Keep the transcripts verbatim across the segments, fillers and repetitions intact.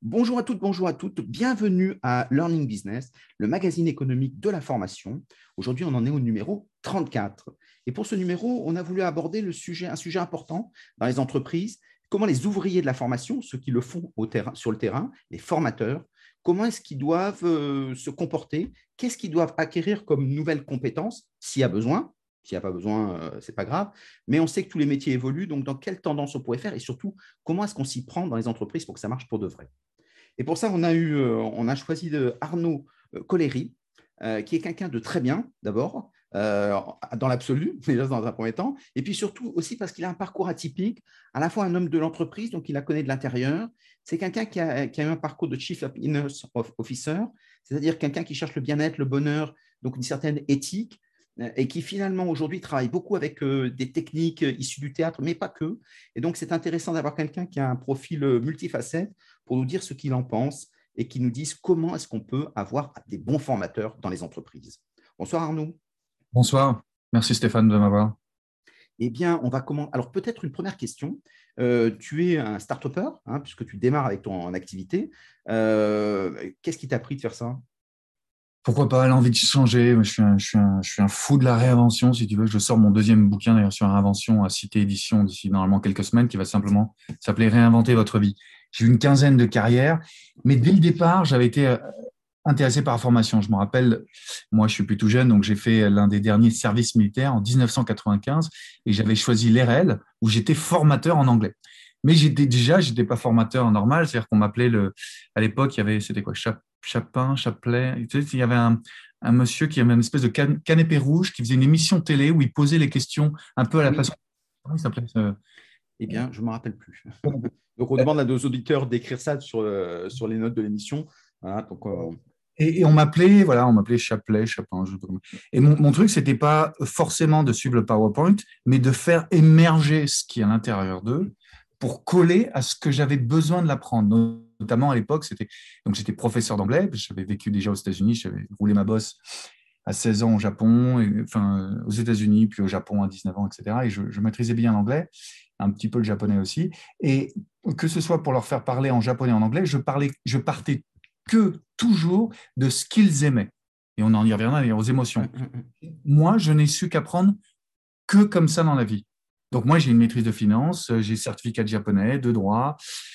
Bonjour à toutes, bonjour à toutes. Bienvenue à Learning Business, le magazine économique de la formation. Aujourd'hui, on en est au numéro trente-quatre. Et pour ce numéro, on a voulu aborder le sujet, un sujet important dans les entreprises. Comment les ouvriers de la formation, ceux qui le font au terrain, sur le terrain, les formateurs, comment est-ce qu'ils doivent euh, se comporter? Qu'est-ce qu'ils doivent acquérir comme nouvelles compétences, s'il y a besoin? S'il n'y a pas besoin, euh, ce n'est pas grave. Mais on sait que tous les métiers évoluent, donc dans quelle tendance on pourrait faire et surtout, comment est-ce qu'on s'y prend dans les entreprises pour que ça marche pour de vrai? Et pour ça, on a, eu, euh, on a choisi de Arnaud euh, Collery, euh, qui est quelqu'un de très bien, d'abord, euh, dans l'absolu, déjà dans un premier temps, et puis surtout aussi parce qu'il a un parcours atypique, à la fois un homme de l'entreprise, donc il la connaît de l'intérieur. C'est quelqu'un qui a, qui a eu un parcours de Chief Happiness Officer, c'est-à-dire quelqu'un qui cherche le bien-être, le bonheur, donc une certaine éthique, et qui finalement aujourd'hui travaille beaucoup avec euh, des techniques issues du théâtre, mais pas que. Et donc c'est intéressant d'avoir quelqu'un qui a un profil multifacette pour nous dire ce qu'il en pense et qui nous dise comment est-ce qu'on peut avoir des bons formateurs dans les entreprises. Bonsoir Arnaud. Bonsoir, merci Stéphane de m'avoir. Eh bien, on va commencer. Alors, peut-être une première question. Euh, tu es un start-upper, hein, puisque tu démarres avec ton activité. Euh, Qu'est-ce qui t'a pris de faire ça? Pourquoi pas l'envie de changer? Je suis un, je suis un, je suis un fou de la réinvention, si tu veux. Je sors mon deuxième bouquin d'ailleurs sur la réinvention à Cité Édition d'ici normalement quelques semaines, qui va simplement s'appeler Réinventer votre vie. J'ai eu une quinzaine de carrières, mais dès le départ, j'avais été euh, intéressé par la formation. Je me rappelle, moi, je suis plutôt jeune, donc j'ai fait l'un des derniers services militaires en dix-neuf cent quatre-vingt-quinze et j'avais choisi l'R L où j'étais formateur en anglais. Mais j'étais déjà, j'étais pas formateur normal, c'est-à-dire qu'on m'appelait le, à l'époque, il y avait, c'était quoi, Chap- Chapin, Chapelet, tu sais, il y avait un, un monsieur qui avait une espèce de can- canapé rouge qui faisait une émission télé où il posait les questions un peu à la Oui, façon. Comment il s'appelait ce- eh bien, je ne me rappelle plus. Donc, on demande à nos auditeurs d'écrire ça sur, euh, sur les notes de l'émission. Voilà, donc, euh, Et, et on m'appelait, voilà, on m'appelait Chapelet, Chapin. Je... Et mon, mon truc, c'était pas forcément de suivre le PowerPoint, mais de faire émerger ce qui est à l'intérieur d'eux pour coller à ce que j'avais besoin de l'apprendre. Notamment à l'époque, c'était donc j'étais professeur d'anglais, j'avais vécu déjà aux États-Unis, j'avais roulé ma bosse à seize ans au Japon, et, enfin aux États-Unis, puis au Japon à dix-neuf ans, et cetera. Et je, je maîtrisais bien l'anglais, un petit peu le japonais aussi. Et que ce soit pour leur faire parler en japonais, en anglais, je parlais, je partais que toujours de ce qu'ils aimaient. Et on en y reviendra aux émotions. Moi, je n'ai su qu'apprendre que comme ça dans la vie. Donc moi, j'ai une maîtrise de finance, j'ai certificat de japonais, de droit,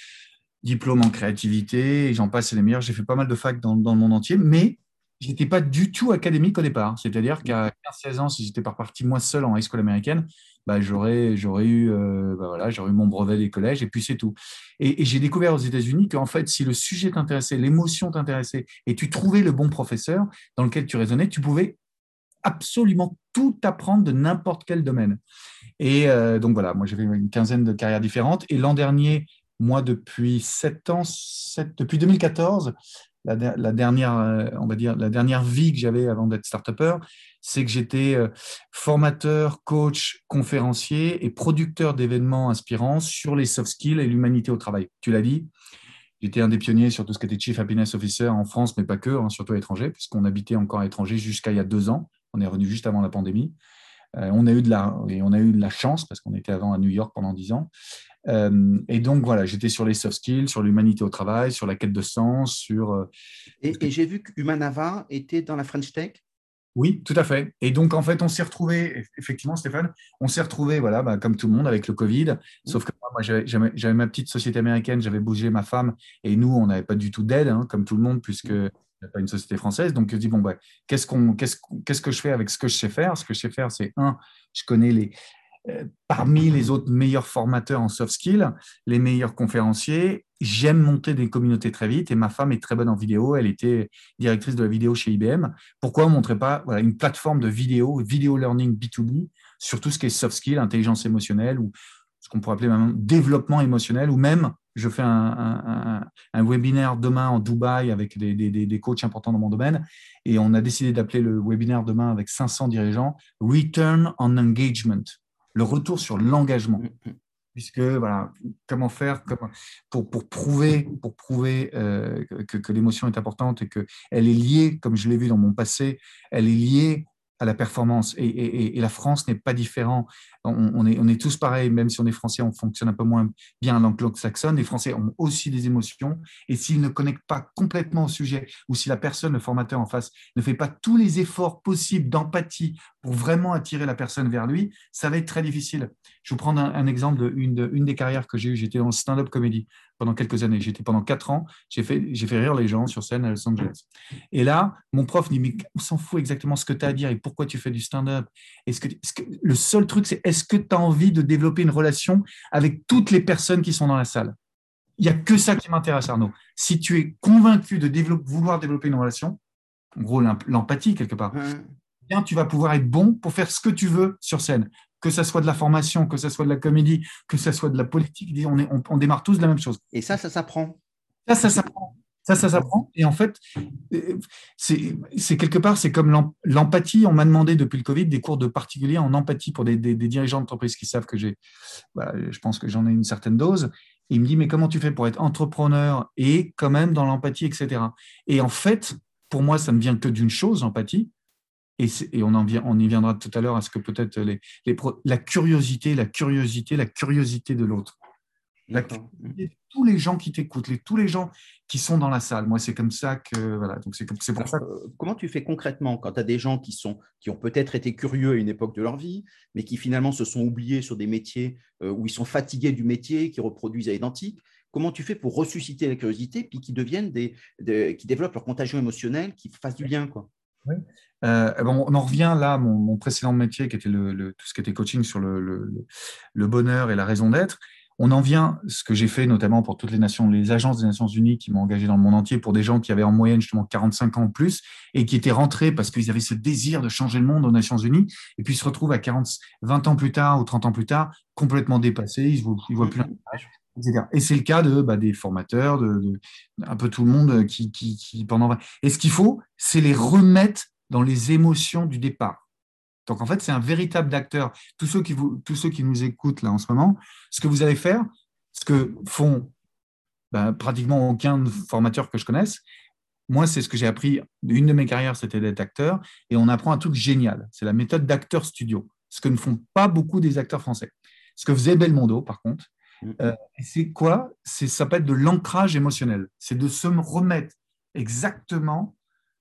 diplôme en créativité, et j'en passe les meilleurs. J'ai fait pas mal de facs dans, dans le monde entier, mais je n'étais pas du tout académique au départ. C'est-à-dire qu'à quinze seize ans, si j'étais pas reparti moi seul en high school américaine, bah, j'aurais, j'aurais eu, euh, bah, voilà, j'aurais eu mon brevet des collèges et puis c'est tout. Et, et j'ai découvert aux États-Unis qu'en fait, si le sujet t'intéressait, l'émotion t'intéressait et tu trouvais le bon professeur dans lequel tu raisonnais, tu pouvais absolument tout apprendre de n'importe quel domaine. Et euh, donc voilà, moi j'avais une quinzaine de carrières différentes. Et l'an dernier, moi depuis sept ans, sept, depuis deux mille quatorze, la, la, dernière, euh, on va dire, la dernière vie que j'avais avant d'être start-upper, c'est que j'étais euh, formateur, coach, conférencier et producteur d'événements inspirants sur les soft skills et l'humanité au travail. Tu l'as dit, j'étais un des pionniers sur tout ce qui était Chief Happiness Officer en France, mais pas que, hein, surtout à l'étranger, puisqu'on habitait encore à l'étranger jusqu'à il y a deux ans. On est revenu juste avant la pandémie. Euh, on, a eu de la, et on a eu de la chance parce qu'on était avant à New York pendant dix ans. Euh, et donc, voilà, j'étais sur les soft skills, sur l'humanité au travail, sur la quête de sens, sur... Euh, et, et j'ai vu que Humanava était dans la French Tech. Oui, tout à fait. Et donc, en fait, on s'est retrouvé, effectivement, Stéphane, on s'est retrouvé, voilà, bah, comme tout le monde, avec le Covid. Sauf que moi, moi, j'avais j'avais- j'avais ma petite société américaine, j'avais bougé ma femme, et nous, on n'avait pas du tout d'aide, hein, comme tout le monde, puisque il n'y a pas une société française. Donc, je dis, bon, bah, qu'est-ce qu'on, qu'est-ce, qu'est-ce que je fais avec ce que je sais faire? Ce que je sais faire, c'est un, je connais les, euh, parmi les autres meilleurs formateurs en soft skills, les meilleurs conférenciers. J'aime monter des communautés très vite et ma femme est très bonne en vidéo. Elle était directrice de la vidéo chez I B M. Pourquoi on ne montrait pas voilà, une plateforme de vidéo, vidéo learning B deux B, sur tout ce qui est soft skills, intelligence émotionnelle ou ce qu'on pourrait appeler maintenant développement émotionnel, ou même je fais un, un, un, un webinaire demain en Dubaï avec des, des, des coachs importants dans mon domaine. Et on a décidé d'appeler le webinaire demain avec cinq cents dirigeants Return on Engagement, le retour sur l'engagement. Puisque, voilà, comment faire comment, pour, pour prouver, pour prouver euh, que, que l'émotion est importante et qu'elle est liée, comme je l'ai vu dans mon passé, elle est liée à la performance. Et, et, et la France n'est pas différent. On, on, est, on est tous pareils, même si on est français, on fonctionne un peu moins bien à l'anglo-saxonne. Les Français ont aussi des émotions. Et s'ils ne connectent pas complètement au sujet, ou si la personne, le formateur en face, ne fait pas tous les efforts possibles d'empathie pour vraiment attirer la personne vers lui, ça va être très difficile. Je vais vous prendre un, un exemple d'une de, une des carrières que j'ai eues. J'étais dans le stand-up comédie pendant quelques années. J'étais pendant quatre ans. J'ai fait, j'ai fait rire les gens sur scène à Los Angeles. Et là, mon prof dit, mais on s'en fout exactement ce que tu as à dire et pourquoi tu fais du stand-up. Est-ce que, est-ce que, le seul truc, c'est est-ce que tu as envie de développer une relation avec toutes les personnes qui sont dans la salle? Il n'y a que ça qui m'intéresse, Arnaud. Si tu es convaincu de développer, vouloir développer une relation, en gros, l'empathie quelque part, Hum. bien, tu vas pouvoir être bon pour faire ce que tu veux sur scène. Que ça soit de la formation, que ça soit de la comédie, que ça soit de la politique, on, est, on, on démarre tous de la même chose. Et ça, ça s'apprend. Ça, ça s'apprend. Ça, ça s'apprend. Et en fait, c'est, c'est quelque part, c'est comme l'empathie. On m'a demandé depuis le Covid des cours de particulier en empathie pour des, des, des dirigeants d'entreprise qui savent que j'ai, voilà, je pense que j'en ai une certaine dose. Et il me dit, mais comment tu fais pour être entrepreneur et quand même dans l'empathie, et cetera. Et en fait, pour moi, ça ne vient que d'une chose, l'empathie. Et, et on, en vient, on y viendra tout à l'heure à ce que peut-être les, les, la curiosité, la curiosité, la curiosité de l'autre. La curiosité de tous les gens qui t'écoutent, les, tous les gens qui sont dans la salle. Moi, c'est comme ça que voilà. Donc c'est, c'est pour Alors, ça. Que... euh, comment tu fais concrètement quand tu as des gens qui sont qui ont peut-être été curieux à une époque de leur vie, mais qui finalement se sont oubliés sur des métiers euh, où ils sont fatigués du métier, qui reproduisent à l'identique? Comment tu fais pour ressusciter la curiosité, puis qu'ils deviennent des, des qui développent leur contagion émotionnelle, qui fassent du lien, quoi? Oui. Euh, bon, on en revient là, mon, mon précédent métier qui était le, le, tout ce qui était coaching sur le, le, le bonheur et la raison d'être. On en vient, ce que j'ai fait notamment pour toutes les nations, les agences des Nations Unies qui m'ont engagé dans le monde entier pour des gens qui avaient en moyenne justement quarante-cinq ans ou plus et qui étaient rentrés parce qu'ils avaient ce désir de changer le monde aux Nations Unies et puis ils se retrouvent à quarante, vingt ans plus tard ou trente ans plus tard complètement dépassés, ils ne voient, ils voient plus l'intérêt, et cetera. Et c'est le cas de, bah, des formateurs, de, de un peu tout le monde qui, qui, qui pendant vingt... Et ce qu'il faut, c'est les remettre dans les émotions du départ. Donc, en fait, c'est un véritable acteur. Tous ceux qui, vous, tous ceux qui nous écoutent là en ce moment, ce que vous allez faire, ce que font ben, pratiquement aucun formateur que je connaisse, moi, c'est ce que j'ai appris. Une de mes carrières, c'était d'être acteur, et on apprend un truc génial. C'est la méthode d'acteur studio, ce que ne font pas beaucoup des acteurs français. Ce que faisait Belmondo, par contre, euh, c'est quoi? C'est, ça s'appelle de l'ancrage émotionnel. C'est de se remettre exactement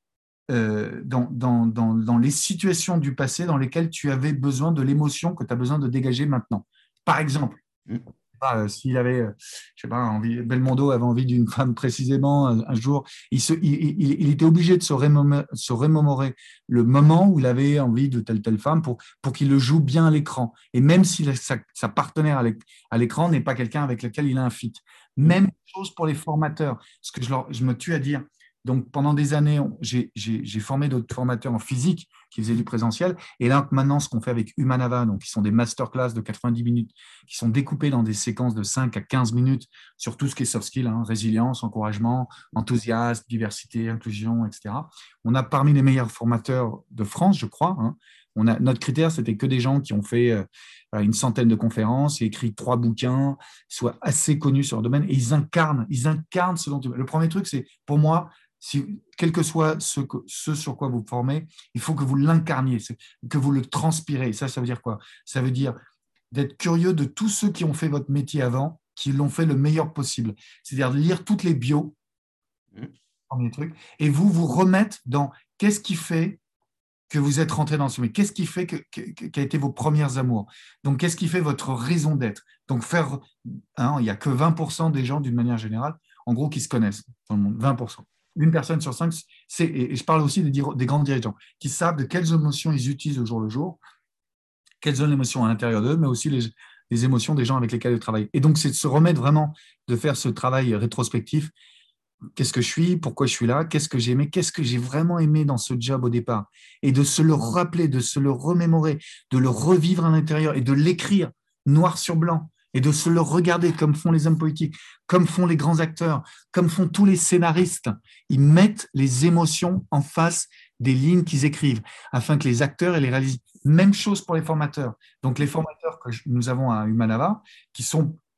Euh, dans, dans, dans, dans les situations du passé dans lesquelles tu avais besoin de l'émotion que tu as besoin de dégager maintenant. Par exemple, Mm. euh, s'il avait, euh, je sais pas, envie, Belmondo avait envie d'une femme précisément un, un jour, il, se, il, il, il était obligé de se, remémorer, se remémorer le moment où il avait envie de telle telle femme pour, pour qu'il le joue bien à l'écran. Et même si sa, sa partenaire à l'écran n'est pas quelqu'un avec lequel il a un fit. Même chose pour les formateurs. Ce que je, leur, je me tue à dire. Donc, pendant des années, j'ai, j'ai, j'ai formé d'autres formateurs en physique qui faisaient du présentiel. Et là, maintenant, ce qu'on fait avec Humanava, donc, qui sont des masterclass de quatre-vingt-dix minutes, qui sont découpés dans des séquences de cinq à quinze minutes sur tout ce qui est soft skills, hein, résilience, encouragement, enthousiasme, diversité, inclusion, et cetera. On a parmi les meilleurs formateurs de France, je crois. Hein. On a, notre critère, c'était que des gens qui ont fait euh, une centaine de conférences, écrit trois bouquins, soient assez connus sur leur domaine, et ils incarnent, ils incarnent ce dont tu veux. Le premier truc, c'est, pour moi, si, quel que soit ce, que, ce sur quoi vous vous formez, il faut que vous l'incarniez, que vous le transpirez. Ça, ça veut dire quoi? Ça veut dire d'être curieux de tous ceux qui ont fait votre métier avant, qui l'ont fait le meilleur possible. C'est-à-dire de lire toutes les bios, mmh. premier truc, et vous vous remettre dans qu'est-ce qui fait que vous êtes rentré dans ce métier, qu'est-ce qui fait que, que, qu'a été vos premières amours. Donc, qu'est-ce qui fait votre raison d'être. Donc, faire, hein, il n'y a que vingt pour cent des gens, d'une manière générale, en gros, qui se connaissent dans le monde, vingt pour cent. Une personne sur cinq, c'est, et je parle aussi des, des grands dirigeants, qui savent de quelles émotions ils utilisent au jour le jour, quelles sont les émotions à l'intérieur d'eux, mais aussi les, les émotions des gens avec lesquels ils travaillent. Et donc, c'est de se remettre vraiment, de faire ce travail rétrospectif. Qu'est-ce que je suis? Pourquoi je suis là? Qu'est-ce que j'ai aimé? Qu'est-ce que j'ai vraiment aimé dans ce job au départ? Et de se le rappeler, de se le remémorer, de le revivre à l'intérieur et de l'écrire noir sur blanc et de se le regarder comme font les hommes politiques, comme font les grands acteurs, comme font tous les scénaristes. Ils mettent les émotions en face des lignes qu'ils écrivent afin que les acteurs et les réalisent. Même chose pour les formateurs. Donc, les formateurs que nous avons à Humanava, qui sont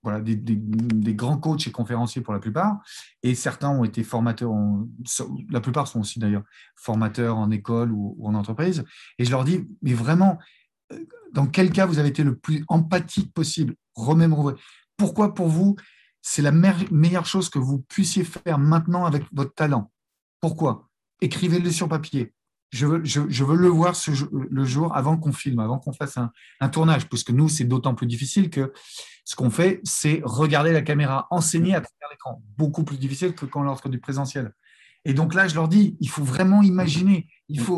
voilà, des, des, des grands coachs et conférenciers pour la plupart, et certains ont été formateurs, en, la plupart sont aussi d'ailleurs formateurs en école ou, ou en entreprise, et je leur dis, mais vraiment, dans quel cas vous avez été le plus empathique possible? Remémorez. Pourquoi pour vous, c'est la me- meilleure chose que vous puissiez faire maintenant avec votre talent? Pourquoi? Écrivez-le sur papier. Je veux, je, je veux le voir ce, le jour avant qu'on filme, avant qu'on fasse un, un tournage, puisque nous, c'est d'autant plus difficile que ce qu'on fait, c'est regarder la caméra, enseigner à travers l'écran. Beaucoup plus difficile que quand lorsque du présentiel. Et donc là, je leur dis, il faut vraiment imaginer. Il faut...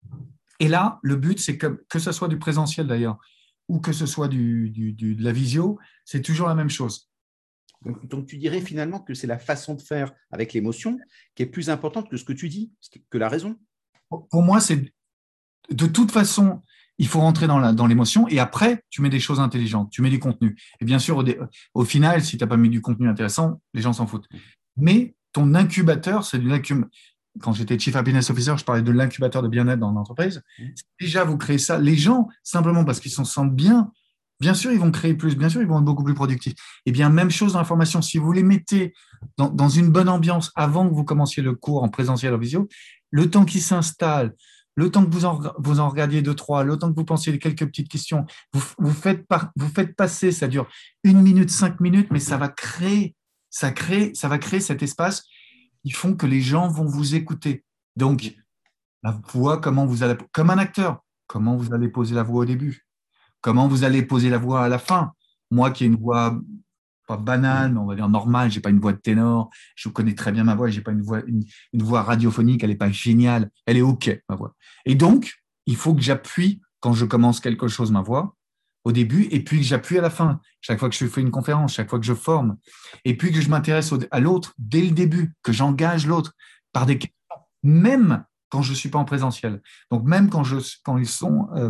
Et là, le but, c'est que, que ce soit du présentiel d'ailleurs, ou que ce soit du, du, du, de la visio, c'est toujours la même chose. Donc, donc, tu dirais finalement que c'est la façon de faire avec l'émotion qui est plus importante que ce que tu dis, que la raison. Pour moi, c'est de toute façon, il faut rentrer dans, la, dans l'émotion et après, tu mets des choses intelligentes, tu mets du contenu. Et bien sûr, au, au final, si tu n'as pas mis du contenu intéressant, les gens s'en foutent. Mais ton incubateur, c'est de l'incubateur. Quand j'étais Chief Happiness Officer, je parlais de l'incubateur de bien-être dans l'entreprise. Déjà, vous créez ça. Les gens, simplement parce qu'ils se sentent bien, bien sûr, ils vont créer plus, bien sûr, ils vont être beaucoup plus productifs. Et bien, même chose dans la formation. Si vous les mettez dans, dans une bonne ambiance avant que vous commenciez le cours en présentiel ou en visio, le temps qu'ils s'installent, le temps que vous en, vous en regardiez deux, trois, le temps que vous pensiez quelques petites questions, vous, vous, faites par, vous faites passer, ça dure une minute, cinq minutes, mais ça va créer, ça crée, ça va créer cet espace qui font que les gens vont vous écouter. Donc, la voix, comment vous allez, comme un acteur, comment vous allez poser la voix au début, comment vous allez poser la voix à la fin. Moi qui ai une voix pas banale, mais on va dire normale, j'ai pas une voix de ténor, je connais très bien ma voix, j'ai pas une voix, une, une voix radiophonique, elle est pas géniale, elle est ok ma voix. Et donc, il faut que j'appuie quand je commence quelque chose ma voix au début, et puis que j'appuie à la fin, chaque fois que je fais une conférence, chaque fois que je forme, et puis que je m'intéresse à l'autre dès le début, que j'engage l'autre par des questions, même quand je ne suis pas en présentiel. Donc même quand, je, quand ils sont euh,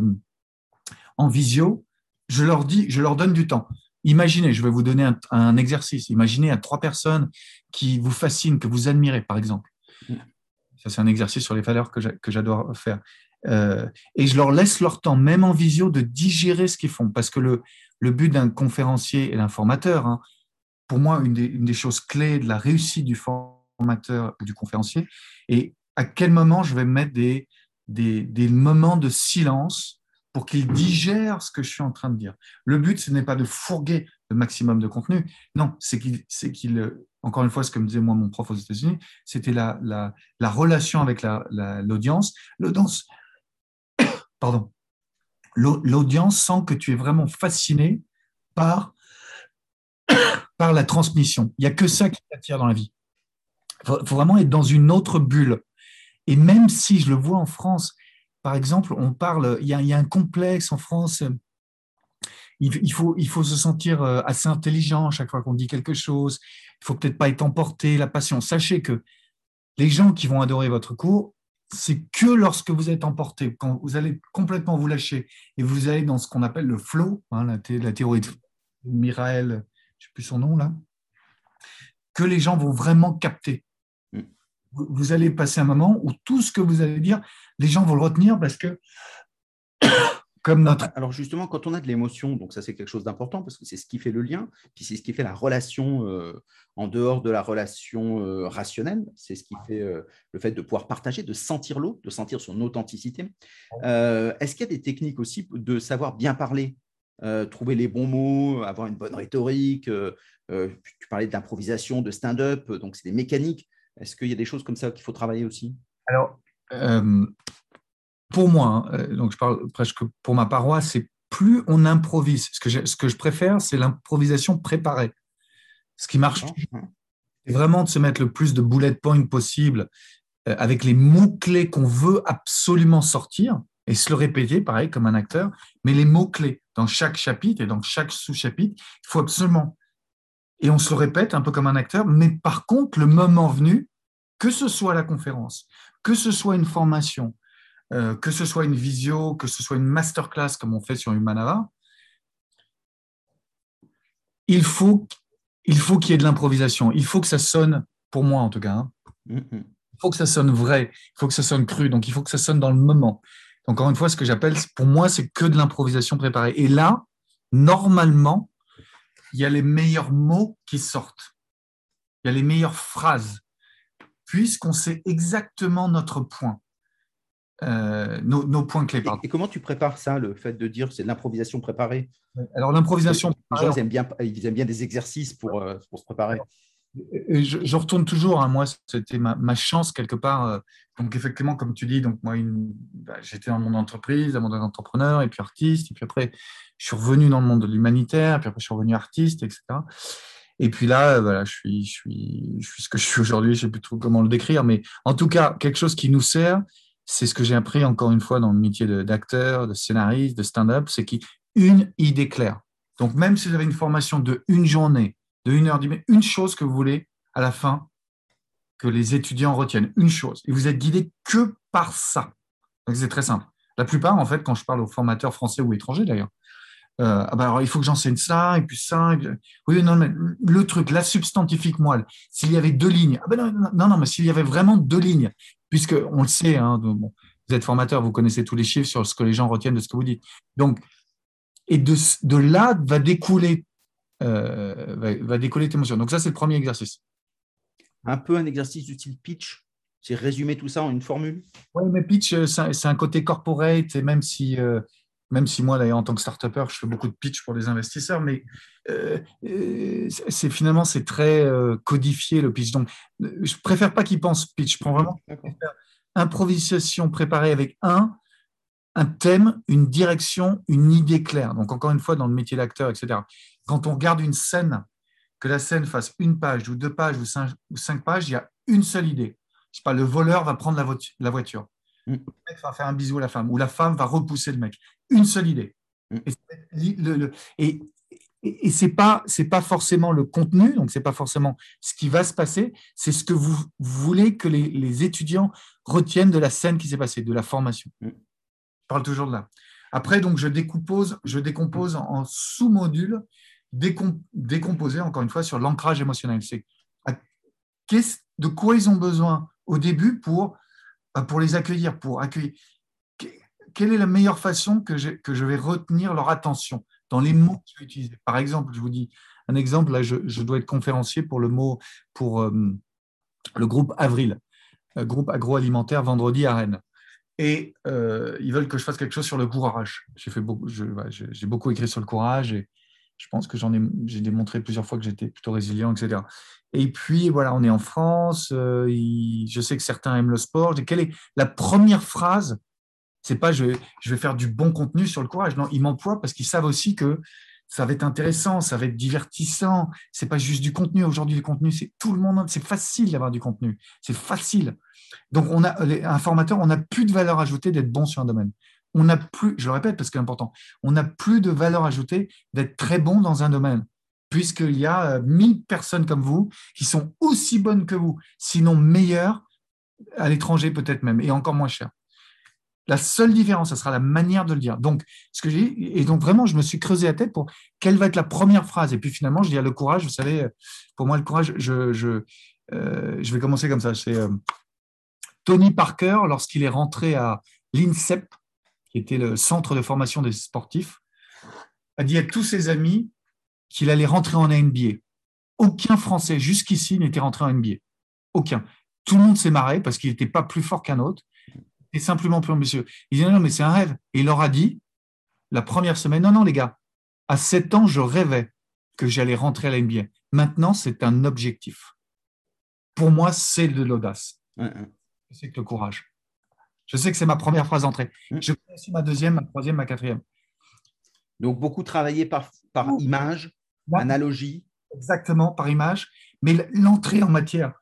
en visio, je leur dis, je leur donne du temps. Imaginez, je vais vous donner un, un exercice, imaginez à trois personnes qui vous fascinent, que vous admirez, par exemple. Ça, c'est un exercice sur les valeurs que j'adore faire. Euh, et je leur laisse leur temps, même en visio, de digérer ce qu'ils font. Parce que le, le but d'un conférencier et d'un formateur, hein, pour moi, une des, une des choses clés de la réussite du formateur et du conférencier, et à quel moment je vais mettre des, des, des moments de silence pour qu'ils digèrent ce que je suis en train de dire. Le but, ce n'est pas de fourguer le maximum de contenu. Non, c'est qu'il, c'est qu'il, encore une fois, ce que me disait moi mon prof aux États-Unis, c'était la, la, la relation avec la, la, l'audience. L'audience, pardon, l'audience sent que tu es vraiment fasciné par, par la transmission. Il n'y a que ça qui t'attire dans la vie. Il faut, faut vraiment être dans une autre bulle. Et même si je le vois en France, par exemple, on parle, il y a, il y a un complexe en France. Il, il, faut, il faut se sentir assez intelligent chaque fois qu'on dit quelque chose. Il faut peut-être pas être emporté, la passion. Sachez que les gens qui vont adorer votre cours, c'est que lorsque vous êtes emporté, quand vous allez complètement vous lâcher et vous allez dans ce qu'on appelle le flow, hein, la, thé, la théorie de Mirael, je ne sais plus son nom là, que les gens vont vraiment capter. Vous, vous allez passer un moment où tout ce que vous allez dire, les gens vont le retenir parce que comme notre... Alors justement, quand on a de l'émotion, donc ça c'est quelque chose d'important parce que c'est ce qui fait le lien, puis c'est ce qui fait la relation euh, en dehors de la relation euh, rationnelle, c'est ce qui fait euh, le fait de pouvoir partager, de sentir l'autre, de sentir son authenticité. Euh, est-ce qu'il y a des techniques aussi de savoir bien parler, euh, trouver les bons mots, avoir une bonne rhétorique, euh, euh, tu parlais d'improvisation, de stand-up, donc c'est des mécaniques. Est-ce qu'il y a des choses comme ça qu'il faut travailler aussi? Alors, euh, pour moi, hein, donc je parle presque pour ma paroisse, c'est plus on improvise. Ce que je, ce que je préfère, c'est l'improvisation préparée. Ce qui marche, c'est vraiment de se mettre le plus de bullet points possible euh, avec les mots-clés qu'on veut absolument sortir et se le répéter, pareil, comme un acteur, mais les mots-clés dans chaque chapitre et dans chaque sous-chapitre, il faut absolument. Et on se le répète un peu comme un acteur, mais par contre, le moment venu, que ce soit la conférence, que ce soit une formation, Euh, que ce soit une visio, que ce soit une masterclass comme on fait sur Humanara, il faut, il faut qu'il y ait de l'improvisation. Il faut que ça sonne, pour moi en tout cas, hein, mm-hmm. il faut que ça sonne vrai, il faut que ça sonne cru, donc il faut que ça sonne dans le moment. Donc, encore une fois, ce que j'appelle, pour moi, c'est que de l'improvisation préparée. Et là, normalement, il y a les meilleurs mots qui sortent. Il y a les meilleures phrases, puisqu'on sait exactement notre point, euh, nos, nos points clés. Et, et, comment tu prépares ça, le fait de dire que c'est de l'improvisation préparée? Alors, l'improvisation. Les gens, ils aiment bien, ils aiment bien des exercices pour, euh, pour se préparer. Je, je retourne toujours, hein, moi, c'était ma, ma chance quelque part. Euh, donc, effectivement, comme tu dis, donc moi, une, bah, j'étais dans mon entreprise, dans mon entrepreneur, et puis artiste, et puis après, je suis revenu dans le monde de l'humanitaire, puis après, je suis revenu artiste, et cetera. Et puis là, voilà, je suis, je suis, je suis ce que je suis aujourd'hui, je ne sais plus trop comment le décrire, mais en tout cas, quelque chose qui nous sert, c'est ce que j'ai appris encore une fois dans le métier de, d'acteur, de scénariste, de stand-up, c'est qu'une idée claire. Donc, même si vous avez une formation de une journée, de une heure, mais une chose que vous voulez à la fin que les étudiants retiennent, une chose. Et vous êtes guidé que par ça. Donc, c'est très simple. La plupart, en fait, quand je parle aux formateurs français ou étrangers d'ailleurs, euh, ah bah alors, il faut que j'enseigne ça, et puis ça. Et puis... Oui, non, mais le truc, la substantifique moelle, s'il y avait deux lignes, ah ben non, non, non, mais s'il y avait vraiment deux lignes, puisque on le sait, hein, de, bon, vous êtes formateur, vous connaissez tous les chiffres sur ce que les gens retiennent de ce que vous dites. Donc, et de, de là va découler Euh, va, va décoller tes émotions. Donc ça, c'est le premier exercice. Un peu un exercice du style pitch, c'est résumer tout ça en une formule. Oui, mais pitch, c'est, c'est un côté corporate, et même si, euh, même si moi, d'ailleurs, en tant que start-upper, je fais beaucoup de pitch pour les investisseurs, mais euh, c'est finalement, c'est très euh, codifié, le pitch. Donc, je préfère pas qu'ils pensent pitch. Je prends vraiment improvisation préparée avec un, un thème, une direction, une idée claire. Donc, encore une fois, dans le métier d'acteur, et cetera. Quand on regarde une scène, que la scène fasse une page ou deux pages ou cinq, ou cinq pages, il y a une seule idée. Je sais pas, le voleur va prendre la, vo- la voiture. Mm. Le mec va faire un bisou à la femme ou la femme va repousser le mec. Une seule idée. Mm. Et, le, le, et, et, et c'est pas, c'est pas forcément le contenu, donc c'est pas forcément ce qui va se passer, c'est ce que vous voulez que les, les étudiants retiennent de la scène qui s'est passée, de la formation. Mm. Je parle toujours de là. Après, donc, je décompose, je décompose en sous-modules décomposés, encore une fois, sur l'ancrage émotionnel. C'est de quoi ils ont besoin au début pour, pour les accueillir, pour accueillir. Quelle est la meilleure façon que, que je vais retenir leur attention dans les mots que je vais utiliser. Par exemple, je vous dis un exemple, là, je, je dois être conférencier pour le mot, pour euh, le groupe Avril, euh, groupe agroalimentaire, vendredi à Rennes. Et euh, ils veulent que je fasse quelque chose sur le courage. J'ai fait beaucoup, je, ouais, j'ai beaucoup écrit sur le courage et je pense que j'en ai, j'ai démontré plusieurs fois que j'étais plutôt résilient, et cetera. Et puis voilà, on est en France. Euh, il, je sais que certains aiment le sport. Quelle est la première phrase? C'est pas je, je vais faire du bon contenu sur le courage. Non, ils m'emploient parce qu'ils savent aussi que ça va être intéressant, ça va être divertissant. C'est pas juste du contenu. Aujourd'hui, le contenu, c'est tout le monde. C'est facile d'avoir du contenu. C'est facile. Donc, on a, un formateur, on n'a plus de valeur ajoutée d'être bon sur un domaine. On n'a plus, je le répète parce que c'est important, on n'a plus de valeur ajoutée d'être très bon dans un domaine, puisqu'il y a mille personnes comme vous qui sont aussi bonnes que vous, sinon meilleures, à l'étranger peut-être même, et encore moins chères. La seule différence, ce sera la manière de le dire. Donc, ce que j'ai, et donc vraiment, je me suis creusé la tête pour quelle va être la première phrase. Et puis finalement, je dis le courage. Vous savez, pour moi, le courage, je, je, euh, je vais commencer comme ça. C'est euh, Tony Parker, lorsqu'il est rentré à l'INSEP, qui était le centre de formation des sportifs, a dit à tous ses amis qu'il allait rentrer en N B A. Aucun Français jusqu'ici n'était rentré en N B A. Aucun. Tout le monde s'est marré parce qu'il n'était pas plus fort qu'un autre. Et simplement plus ambitieux. Il dit non, non, mais c'est un rêve. Et il leur a dit, la première semaine, non, non, les gars, à sept ans, je rêvais que j'allais rentrer à la N B A. Maintenant, c'est un objectif. Pour moi, c'est de l'audace. Mm-hmm. C'est que le courage. Je sais que c'est ma première phrase d'entrée. Mm-hmm. Je connais aussi ma deuxième, ma troisième, ma quatrième. Donc, beaucoup travaillé par, par oh. image, Là, analogie. Exactement, par image. Mais l'entrée en matière,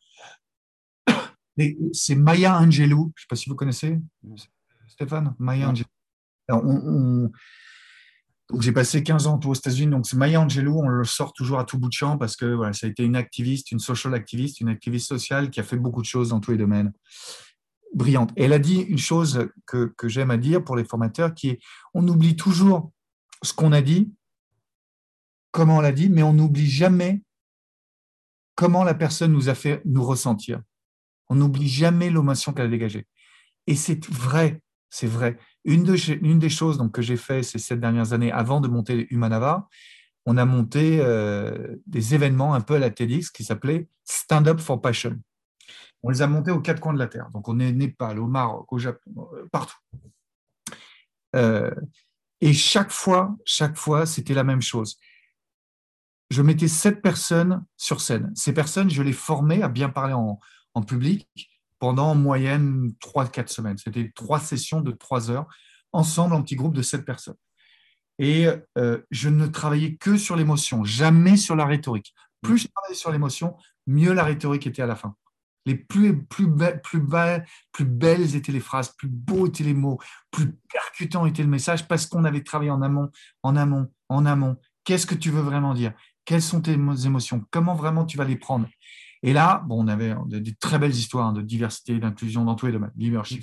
c'est Maya Angelou. Je ne sais pas si vous connaissez, Stéphane. Maya Angelou. Alors, on, on... Donc, j'ai passé quinze ans aux États-Unis. Donc, c'est Maya Angelou, on le sort toujours à tout bout de champ parce que voilà, ça a été une activiste, une social activiste, une activiste sociale qui a fait beaucoup de choses dans tous les domaines. Brillante. Et elle a dit une chose que, que j'aime à dire pour les formateurs qui est on oublie toujours ce qu'on a dit, comment on l'a dit, mais on n'oublie jamais comment la personne nous a fait nous ressentir. On n'oublie jamais l'émotion qu'elle a dégagée. Et c'est vrai, c'est vrai. Une, de, une des choses donc, que j'ai fait ces sept dernières années avant de monter Humanava, on a monté euh, des événements un peu à la TEDx qui s'appelaient Stand Up for Passion. On les a montés aux quatre coins de la Terre. Donc, on est au Népal, au Maroc, au Japon, euh, partout. Euh, et chaque fois, chaque fois, c'était la même chose. Je mettais sept personnes sur scène. Ces personnes, je les formais à bien parler en, en public pendant en moyenne trois à quatre semaines. C'était trois sessions de trois heures, ensemble en petit groupe de sept personnes. Et euh, je ne travaillais que sur l'émotion, jamais sur la rhétorique. Plus je travaillais sur l'émotion, mieux la rhétorique était à la fin. Les plus, plus, be- plus, be- plus belles étaient les phrases, plus beaux étaient les mots, plus percutant était le message parce qu'on avait travaillé en amont, en amont, en amont. Qu'est-ce que tu veux vraiment dire? Quelles sont tes émotions? Comment vraiment tu vas les prendre? Et là, bon, on avait des très belles histoires hein, de diversité, d'inclusion dans tous les domaines, leadership.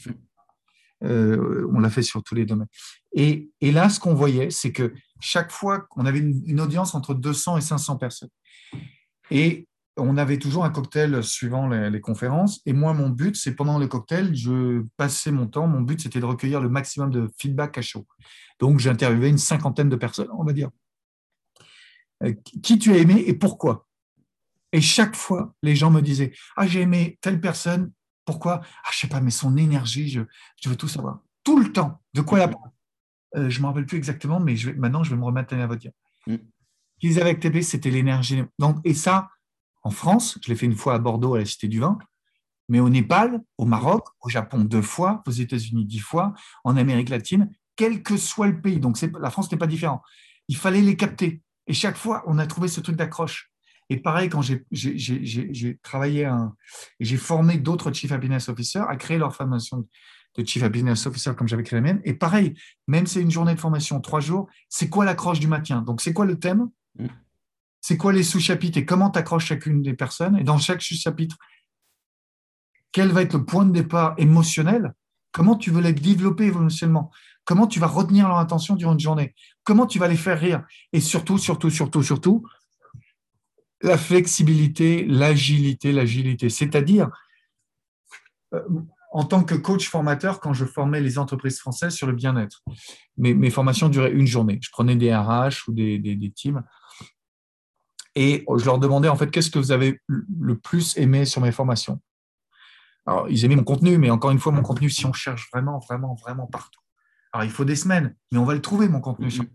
Euh, on l'a fait sur tous les domaines. Et, et là, ce qu'on voyait, c'est que chaque fois qu'on avait une, une audience entre deux cents et cinq cents personnes. Et on avait toujours un cocktail suivant les, les conférences. Et moi, mon but, c'est pendant le cocktail, je passais mon temps. Mon but, c'était de recueillir le maximum de feedback à chaud. Donc, j'ai interviewé une cinquantaine de personnes, on va dire. Euh, qui tu as aimé et pourquoi? Et chaque fois, les gens me disaient « Ah, j'ai aimé telle personne. Pourquoi? Ah, je sais pas, mais son énergie, je, je veux tout savoir. » Tout le temps. De quoi elle parle euh, Je ne me rappelle plus exactement, mais je vais, maintenant, je vais me remettre à votre dire. Ce qu'ils avaient avec T P, c'était l'énergie. Donc, et ça, en France, je l'ai fait une fois à Bordeaux, à la Cité du Vin, mais au Népal, au Maroc, au Japon deux fois, aux États-Unis dix fois, en Amérique latine, quel que soit le pays. Donc, la France n'est pas différent. Il fallait les capter. Et chaque fois, on a trouvé ce truc d'accroche. Et pareil, quand j'ai, j'ai, j'ai, j'ai travaillé un, et j'ai formé d'autres Chief Happiness Officers à créer leur formation de Chief Happiness Officer comme j'avais créé la mienne. Et pareil, même si c'est une journée de formation, trois jours, c'est quoi l'accroche du maintien? Donc, c'est quoi le thème? C'est quoi les sous-chapitres et comment tu accroches chacune des personnes? Et dans chaque sous-chapitre, quel va être le point de départ émotionnel? Comment tu veux les développer émotionnellement? Comment tu vas retenir leur attention durant une journée? Comment tu vas les faire rire? Et surtout, surtout, surtout, surtout, la flexibilité, l'agilité, l'agilité. C'est-à-dire, euh, en tant que coach formateur, quand je formais les entreprises françaises sur le bien-être, mes, mes formations duraient une journée. Je prenais des R H ou des, des, des teams et je leur demandais en fait qu'est-ce que vous avez le plus aimé sur mes formations. Alors, ils aimaient mon contenu, mais encore une fois, mon contenu, si on cherche vraiment, vraiment, vraiment partout. Alors, il faut des semaines, mais on va le trouver, mon contenu. Mm-hmm.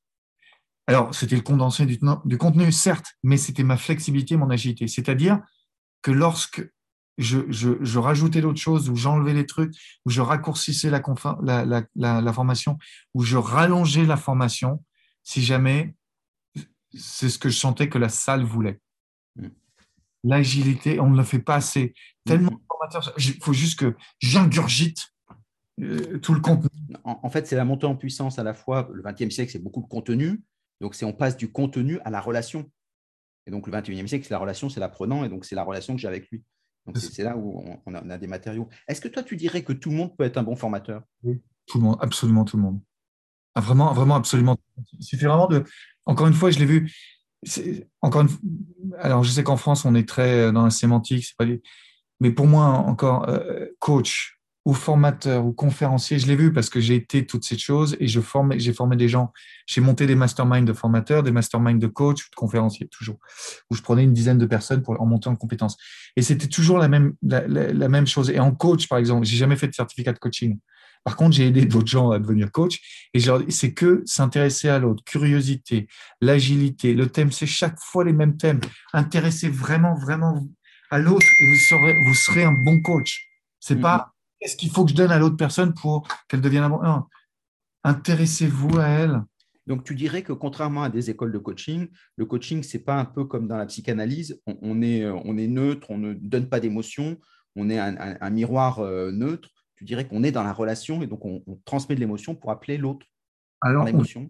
Alors, c'était le condensé du, du contenu, certes, mais c'était ma flexibilité, mon agilité. C'est-à-dire que lorsque je, je, je rajoutais d'autres choses, ou j'enlevais les trucs, ou je raccourcissais la, la, la, la, la formation, ou je rallongeais la formation, si jamais c'est ce que je sentais que la salle voulait. Mm. L'agilité, on ne le fait pas assez. Tellement de formateurs, il faut juste que j'ingurgite euh, tout le contenu. En, en fait, c'est la montée en puissance à la fois. Le vingtième siècle, c'est beaucoup de contenu. Donc, c'est on passe du contenu à la relation. Et donc, le vingt et unième siècle, c'est la relation, c'est l'apprenant. Et donc, c'est la relation que j'ai avec lui. Donc, c'est, c'est là où on, on, a, on a des matériaux. Est-ce que toi, tu dirais que tout le monde peut être un bon formateur? Oui, tout le monde, absolument tout le monde. Ah, vraiment, vraiment, absolument. Il suffit vraiment de. Encore une fois, je l'ai vu. C'est, encore une... Alors, je sais qu'en France, on est très dans la sémantique, c'est pas... mais pour moi, encore, euh, coach ou formateur ou conférencier, je l'ai vu parce que j'ai été toutes ces choses et je forme, j'ai formé des gens. J'ai monté des masterminds de formateurs, des masterminds de coach ou de conférenciers, toujours, où je prenais une dizaine de personnes pour en monter en compétences. Et c'était toujours la même, la, la, la même chose. Et en coach, par exemple, j'ai jamais fait de certificat de coaching. Par contre, j'ai aidé d'autres gens à devenir coach et genre, c'est que s'intéresser à l'autre, curiosité, l'agilité, le thème, c'est chaque fois les mêmes thèmes. Intéressez vraiment, vraiment à l'autre et vous serez, vous serez un bon coach. C'est mm-hmm. pas qu'est-ce qu'il faut que je donne à l'autre personne pour qu'elle devienne un bon. Non. Intéressez-vous à elle. Donc, tu dirais que contrairement à des écoles de coaching, le coaching, ce n'est pas un peu comme dans la psychanalyse. On, on, est, on est neutre, on ne donne pas d'émotion, on est un, un, un miroir euh, neutre. Tu dirais qu'on est dans la relation et donc on, on transmet de l'émotion pour appeler l'autre. Alors, l'émotion.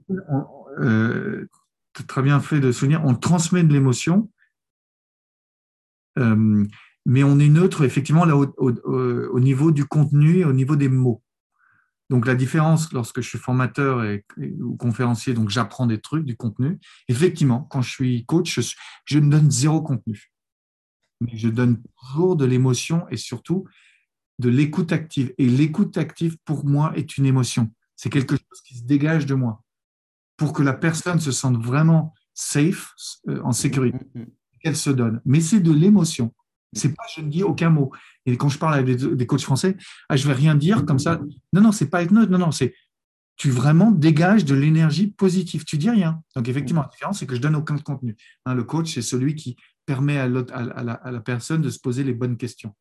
Euh, très bien fait de souvenir. On transmet de l'émotion, euh, mais on est neutre effectivement là, au, au, au niveau du contenu et au niveau des mots. Donc, la différence lorsque je suis formateur et, et, ou conférencier, donc j'apprends des trucs, du contenu. Effectivement, quand je suis coach, je, je me donne zéro contenu. Mais je donne toujours de l'émotion et surtout de l'écoute active. Et l'écoute active, pour moi, est une émotion. C'est quelque chose qui se dégage de moi. Pour que la personne se sente vraiment safe, euh, en sécurité, Mm, mm, qu'elle se donne. Mais c'est de l'émotion. C'est pas, je ne dis aucun mot. Et quand je parle avec des, des coachs français, ah, je vais rien dire comme ça. Non, non, c'est pas être neutre. Non, non, c'est tu vraiment dégages de l'énergie positive. Tu dis rien. Donc mm. effectivement, la différence, c'est que je donne aucun contenu. Hein, le coach, c'est celui qui permet à, l'autre- à, à la, à la personne de se poser les bonnes questions.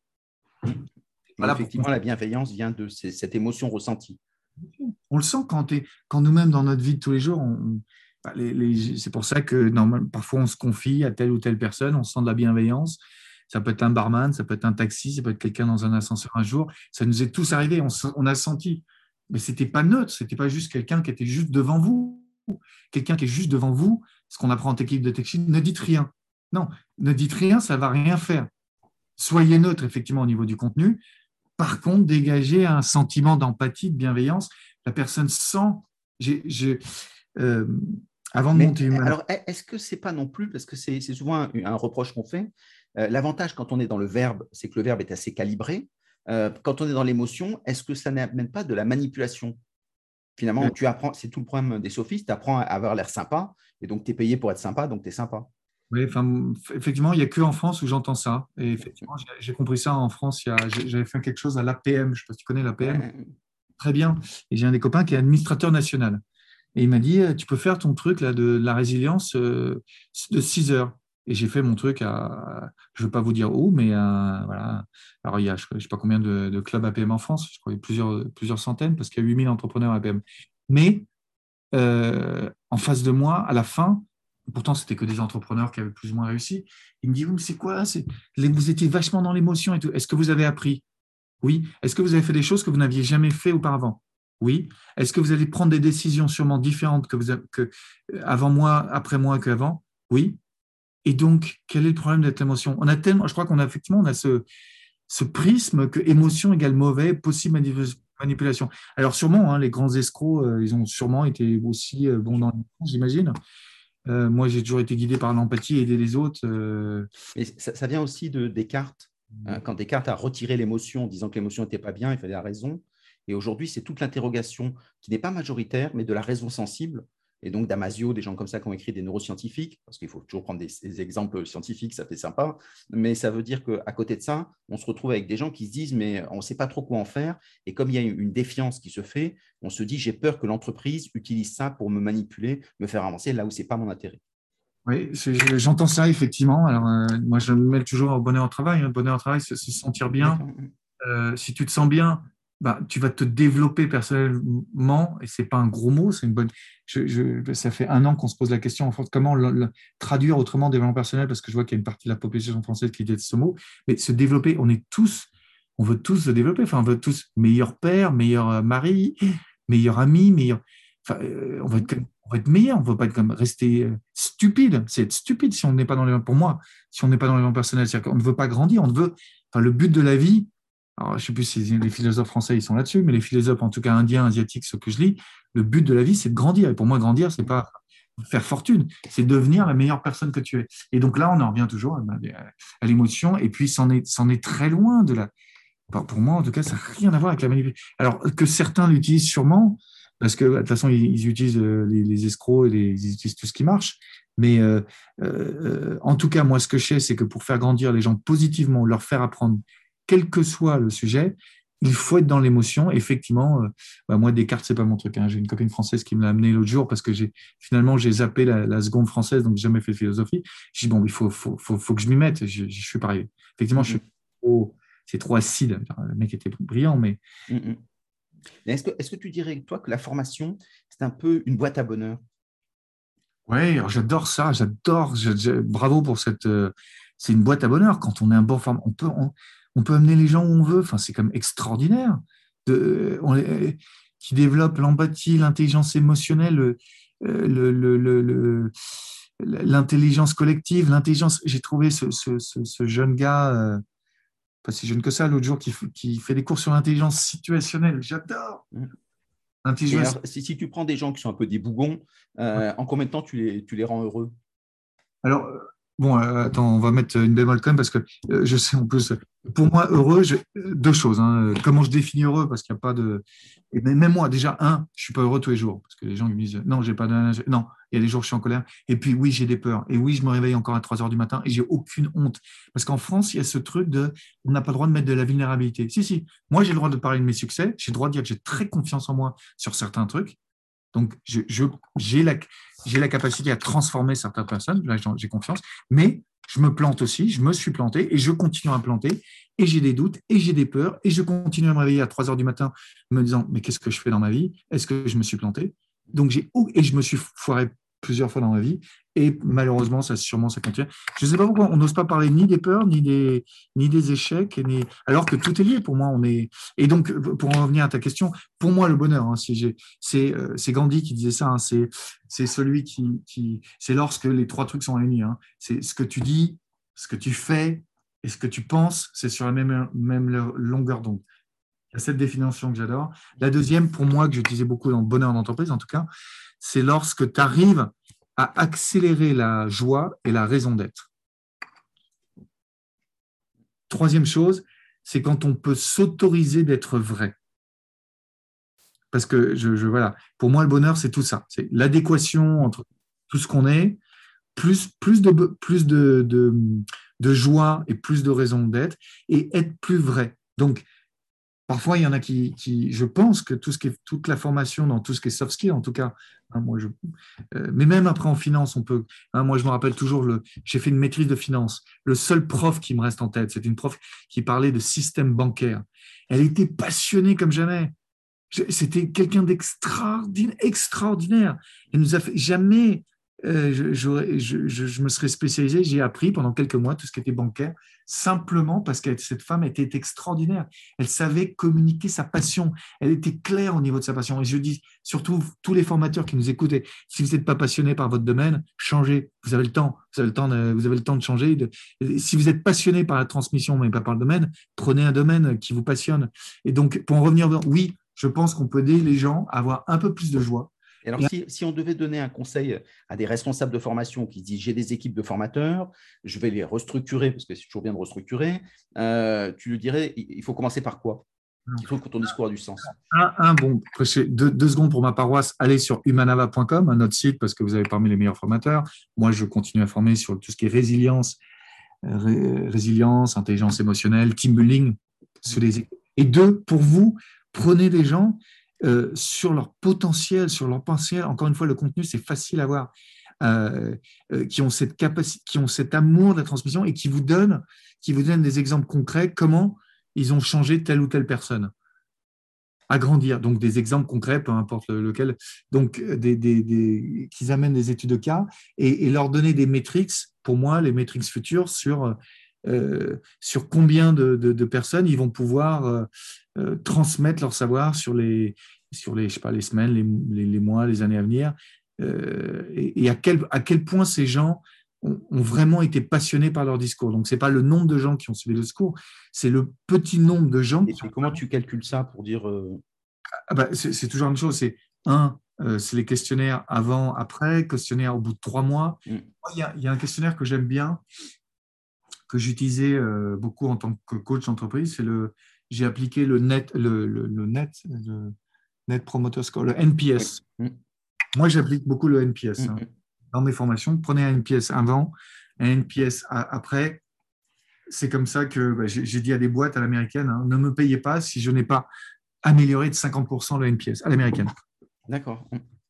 Mais Voilà pourquoi effectivement, la bienveillance vient de ces- cette émotion ressentie. on le sent quand, t'es- quand nous-mêmes, dans notre vie de tous les jours, on- bah, les- les- c'est pour ça que normalement, parfois on se confie à telle ou telle personne, on sent de la bienveillance. Ça peut être un barman, ça peut être un taxi, ça peut être quelqu'un dans un ascenseur un jour. Ça nous est tous arrivé, on, se- on a senti. Mais c'était pas neutre, c'était pas juste quelqu'un qui était juste devant vous. Quelqu'un qui est juste devant vous, ce qu'on apprend en technique de textile, ne dites rien. Non, ne dites rien, ça va rien faire. Soyez neutre, effectivement, au niveau du contenu. Par contre, dégager un sentiment d'empathie, de bienveillance. La personne sent. J'ai, j'ai, euh, avant de Mais monter une maladie, alors, est-ce que c'est pas non plus, parce que c'est c'est souvent un, un reproche qu'on fait, euh, l'avantage quand on est dans le verbe, c'est que le verbe est assez calibré. Euh, quand on est dans l'émotion, est-ce que ça n'amène pas de la manipulation? Finalement, tu apprends, c'est tout le problème des sophistes, tu apprends à avoir l'air sympa, et donc tu es payé pour être sympa, donc tu es sympa. oui, enfin, effectivement, il n'y a que en France où j'entends ça. Et effectivement, j'ai j'ai compris ça en France. Il y a- j'ai- J'avais fait quelque chose à l'A P M. Je ne sais pas si tu connais l'A P M. Ouais. Très bien. Et j'ai un des copains qui est administrateur national. Et il m'a dit, euh, tu peux faire ton truc là, de la résilience euh, de six heures. Et j'ai fait mon truc à, je ne veux pas vous dire où, mais à, voilà. Alors, il y a, je ne sais pas combien de, de clubs A P M en France, je crois qu'il y a plusieurs, plusieurs centaines, parce qu'il y a huit mille entrepreneurs A P M. Mais euh, en face de moi, à la fin, pourtant c'était que des entrepreneurs qui avaient plus ou moins réussi, il me dit, oui, mais c'est quoi? C'est, vous étiez vachement dans l'émotion et tout. Est-ce que vous avez appris? Oui. Est-ce que vous avez fait des choses que vous n'aviez jamais fait auparavant? Oui. Est-ce que vous allez prendre des décisions sûrement différentes que vous avez, que, euh, avant moi, après moi qu'avant? Oui. Et donc, quel est le problème de l'émotion? On a tellement, je crois qu'on a effectivement, on a ce, ce prisme que émotion égale mauvais, possible manipulation. Alors sûrement, hein, les grands escrocs, euh, ils ont sûrement été aussi euh, bons dans l'émotion, j'imagine. Euh, moi, j'ai toujours été guidé par l'empathie, aider les autres. euh, Mais ça, ça vient aussi de Descartes. Euh, quand Descartes a retiré l'émotion en disant que l'émotion n'était pas bien, il fallait la raison. Et aujourd'hui, c'est toute l'interrogation qui n'est pas majoritaire, mais de la raison sensible. Et donc Damasio, des gens comme ça qui ont écrit des neuroscientifiques, parce qu'il faut toujours prendre des, des exemples scientifiques, ça fait sympa, mais ça veut dire qu'à côté de ça, on se retrouve avec des gens qui se disent, mais on ne sait pas trop quoi en faire. Et comme il y a une défiance qui se fait, on se dit, j'ai peur que l'entreprise utilise ça pour me manipuler, me faire avancer là où ce n'est pas mon intérêt. oui, c'est- j'entends ça effectivement. Alors, euh, moi, je me mêle toujours au bonheur au travail. hein. Le bonheur au travail, c'est se sentir bien. D'accord. Euh, si tu te sens bien, bah, tu vas te développer personnellement, et c'est pas un gros mot, c'est une bonne. Je, je- ça fait un an qu'on se pose la question en fait, comment le, le- traduire autrement développement personnel, parce que je vois qu'il y a une partie de la population française qui déteste ce mot. Mais se développer, on est tous, on veut tous se développer. Enfin, on veut tous meilleur père, meilleur euh, mari, meilleur ami, meilleur. Enfin, euh, on va être, comme- on va être meilleur. On ne va pas être comme rester euh, stupide. C'est être stupide si on n'est pas dans les. Pour moi, si on n'est pas dans l'élément personnel, c'est-à-dire qu'on ne veut pas grandir. On ne veut. Enfin, le but de la vie. Alors, je ne sais plus si les philosophes français ils sont là-dessus, mais les philosophes, en tout cas indiens, asiatiques, ceux que je lis, le but de la vie, c'est de grandir. Et pour moi, grandir, c'est pas faire fortune, c'est devenir la meilleure personne que tu es. Et donc là, on en revient toujours à, à l'émotion, et puis c'en est, c'en est très loin de la. Enfin, pour moi, en tout cas, ça n'a rien à voir avec la manipulation. Alors que certains l'utilisent sûrement, parce que de toute façon, ils, ils utilisent euh, les, les escrocs et les, ils utilisent tout ce qui marche. Mais euh, euh, en tout cas, moi, ce que je sais, c'est que pour faire grandir les gens positivement, leur faire apprendre, quel que soit le sujet, il faut être dans l'émotion. Effectivement, euh, bah, moi, Descartes, c'est pas mon truc. hein. J'ai une copine française qui me l'a amené l'autre jour parce que j'ai finalement j'ai zappé la, la seconde française, donc j'ai jamais fait de philosophie. J'ai dit bon, il faut, faut, faut, faut que je m'y mette. Je, je suis pas arrivé. Effectivement, je suis Mm, trop, c'est trop acide. Le mec était brillant, mais mm, mm. Est-ce que, est-ce que tu dirais, toi, que la formation, c'est un peu une boîte à bonheur? ouais, alors j'adore ça. J'adore. je- je- bravo pour cette. euh, c'est une boîte à bonheur quand on est un bon forme. On peut, on, on peut amener les gens où on veut. Enfin, c'est comme extraordinaire. De, on, euh, qui développe l'empathie, l'intelligence émotionnelle, le, euh, le, le, le- le- l'intelligence collective, l'intelligence. J'ai trouvé ce, ce, ce, ce jeune gars, euh, pas si jeune que ça, l'autre jour, qui, f- qui fait des cours sur l'intelligence situationnelle. J'adore. Mm. Et Intelligence. alors, si, si tu prends des gens qui sont un peu des bougons, euh, en combien de temps tu les, tu les rends heureux? Alors, Bon, euh, attends, on va mettre une bémol quand même parce que euh, je sais en plus, pour moi, heureux, je- euh, deux choses. Hein. Comment je définis heureux parce qu'il n'y a pas de. Et même même moi, déjà, un, je suis pas heureux tous les jours parce que les gens ils me disent non, j'ai pas de. Non, il y a des jours où je suis en colère. Et puis, oui, j'ai des peurs. Et oui, je me réveille encore à trois heures du matin et j'ai aucune honte. Parce qu'en France, il y a ce truc de on n'a pas le droit de mettre de la vulnérabilité. Si, si, moi, j'ai le droit de parler de mes succès, j'ai le droit de dire que j'ai très confiance en moi sur certains trucs. Donc, je, je- j'ai la, j'ai la capacité à transformer certaines personnes, là j'ai confiance, mais je me plante aussi, je me suis planté et je continue à planter et j'ai des doutes et j'ai des peurs et je continue à me réveiller à trois heures du matin me disant mais qu'est-ce que je fais dans ma vie? Est-ce que je me suis planté? Donc j'ai et je me suis foiré plusieurs fois dans ma vie et malheureusement ça sûrement ça continue. Je ne sais pas pourquoi on n'ose pas parler ni des peurs ni des ni des échecs ni alors que tout est lié pour moi on est et donc pour en revenir à ta question pour moi le bonheur hein, si j'ai c'est euh, c'est Gandhi qui disait ça hein, c'est c'est celui qui, qui c'est lorsque les trois trucs sont réunis hein, c'est ce que tu dis, ce que tu fais et ce que tu penses, c'est sur la même, même longueur d'onde. Il y a cette définition que j'adore. La deuxième, pour moi, que j'utilisais beaucoup dans le bonheur d'entreprise, en tout cas, c'est lorsque tu arrives à accélérer la joie et la raison d'être. Troisième chose, c'est quand on peut s'autoriser d'être vrai. Parce que je, je, voilà, pour moi, le bonheur, c'est tout ça. C'est l'adéquation entre tout ce qu'on est, plus, plus, de, plus de, de, de joie et plus de raison d'être, et être plus vrai. Donc, parfois, il y en a qui, qui, je pense que tout ce qui est, toute la formation dans tout ce qui est soft skill, en tout cas, hein, moi je, euh, mais même après en finance, on peut. Hein, moi, je me rappelle toujours, le, j'ai fait une maîtrise de finance. Le seul prof qui me reste en tête, c'est une prof qui parlait de système bancaire. Elle était passionnée comme jamais. C'était quelqu'un d'extraordinaire, extraordinaire. Elle nous a fait jamais. Euh, je, je, je, je, me serais spécialisé, j'ai appris pendant quelques mois tout ce qui était bancaire, simplement parce que cette femme était extraordinaire. Elle savait communiquer sa passion. Elle était claire au niveau de sa passion. Et je dis surtout tous les formateurs qui nous écoutent, si vous n'êtes pas passionné par votre domaine, changez. Vous avez le temps. Vous avez le temps de, vous avez le temps de changer. De, si vous êtes passionné par la transmission, mais pas par le domaine, prenez un domaine qui vous passionne. Et donc, pour en revenir, oui, je pense qu'on peut aider les gens à avoir un peu plus de joie. Et alors, et si, si, on devait donner un conseil à des responsables de formation qui disent j'ai des équipes de formateurs, je vais les restructurer, parce que c'est toujours bien de restructurer, euh, tu lui dirais, il faut commencer par quoi? Il faut que ton discours a du sens. Un, un bon, deux, deux secondes pour ma paroisse, allez sur humanava point com, notre site, parce que vous avez parmi les meilleurs formateurs. Moi, je continue à former sur tout ce qui est résilience, ré, résilience, intelligence émotionnelle, team building. Sur les... Et deux, pour vous, prenez des gens euh, sur leur potentiel, sur leur potentiel. Encore une fois, le contenu, c'est facile à voir. Euh, euh, qui ont cette capacité, qui ont cet amour de la transmission et qui vous donnent, qui vous donnent des exemples concrets, comment ils ont changé telle ou telle personne. Agrandir, donc des exemples concrets, peu importe lequel, donc des, des, des, qu'ils amènent des études de cas et, et leur donner des métriques, pour moi, les métriques futures sur, euh, sur combien de, de, de personnes ils vont pouvoir euh, euh, transmettre leur savoir sur les, sur les, je sais pas, les semaines, les, les, les mois, les années à venir, euh, et, et à, quel, à quel point ces gens ont, ont vraiment été passionnés par leur discours. Donc, ce n'est pas le nombre de gens qui ont suivi le discours, c'est le petit nombre de gens. Et, qui et comment tu calcules ça pour dire… Euh... Ah bah, c'est, c'est toujours la même chose. C'est un, euh, c'est les questionnaires avant, après, questionnaire au bout de trois mois. Mm. Il y a, il y a un questionnaire que j'aime bien, que j'utilisais euh, beaucoup en tant que coach d'entreprise. C'est le, j'ai appliqué le net, le, le, le net, le net promoter score, le N P S. Oui. Mm. Moi, j'applique beaucoup le N P S mm. hein, dans mes formations. Prenez un N P S avant, un N P S à, après. C'est comme ça que bah, j'ai, j'ai dit à des boîtes à l'américaine, hein, ne me payez pas si je n'ai pas amélioré de cinquante pour cent le N P S à l'américaine. D'accord.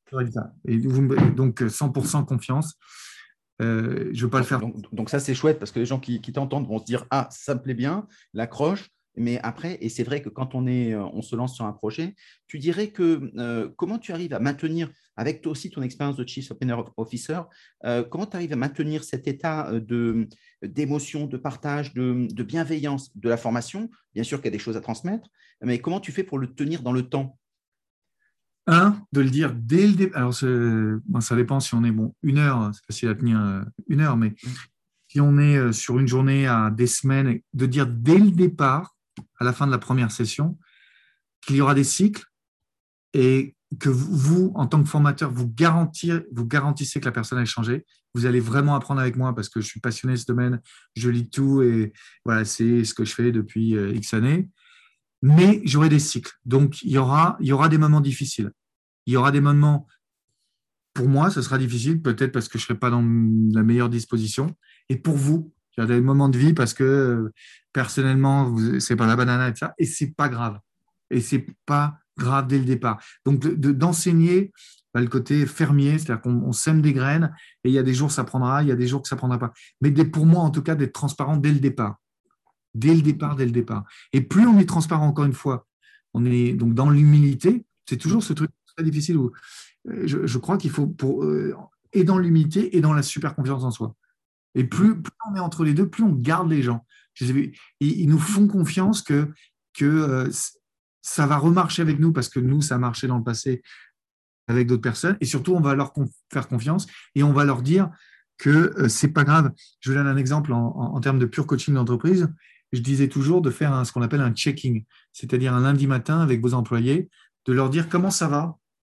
Et donc, cent pour cent confiance. Euh, je ne veux pas donc, le faire. Donc, donc ça, c'est chouette parce que les gens qui, qui t'entendent vont se dire « Ah, ça me plaît bien, l'accroche ». Mais après, et c'est vrai que quand on, est, on se lance sur un projet, tu dirais que euh, comment tu arrives à maintenir, avec toi aussi ton expérience de Chief Operating Officer, euh, comment tu arrives à maintenir cet état de, d'émotion, de partage, de, de bienveillance de la formation? Bien sûr qu'il y a des choses à transmettre, mais comment tu fais pour le tenir dans le temps? Un, de le dire dès le début. Alors, bon, ça dépend si on est bon, une heure, c'est facile à tenir une heure, mais si on est sur une journée à des semaines, de dire dès le départ, à la fin de la première session, qu'il y aura des cycles et que vous, en tant que formateur, vous, garantir, vous garantissez que la personne a changé. Vous allez vraiment apprendre avec moi parce que je suis passionné de ce domaine, je lis tout et voilà, c'est ce que je fais depuis euh, X années. Mais j'aurai des cycles. Donc, il y aura, il y aura des moments difficiles. Il y aura des moments, pour moi, ce sera difficile, peut-être parce que je ne serai pas dans la meilleure disposition. Et pour vous, il y a des moments de vie parce que euh, personnellement, ce n'est pas la banane et ça, et ce n'est pas grave. Et ce n'est pas grave dès le départ. Donc, de, de, d'enseigner bah, le côté fermier, c'est-à-dire qu'on on sème des graines et il y a des jours ça prendra, il y a des jours que ça ne prendra pas. Mais des, pour moi, en tout cas, d'être transparent dès le départ. Dès le départ, dès le départ. Et plus on est transparent, encore une fois, on est donc dans l'humilité, c'est toujours ce truc très difficile où euh, je, je crois qu'il faut, pour, euh, et dans l'humilité et dans la super confiance en soi. Et plus, plus on est entre les deux, plus on garde les gens. Ils, ils nous font confiance que, que euh, ça va remarcher avec nous parce que nous, ça a marché dans le passé avec d'autres personnes. Et surtout, on va leur conf- faire confiance et on va leur dire que euh, c'est pas grave. Je vous donne un exemple en, en, en termes de pur coaching d'entreprise. Je disais toujours de faire un, ce qu'on appelle un checking, c'est-à-dire un lundi matin avec vos employés, de leur dire comment ça va,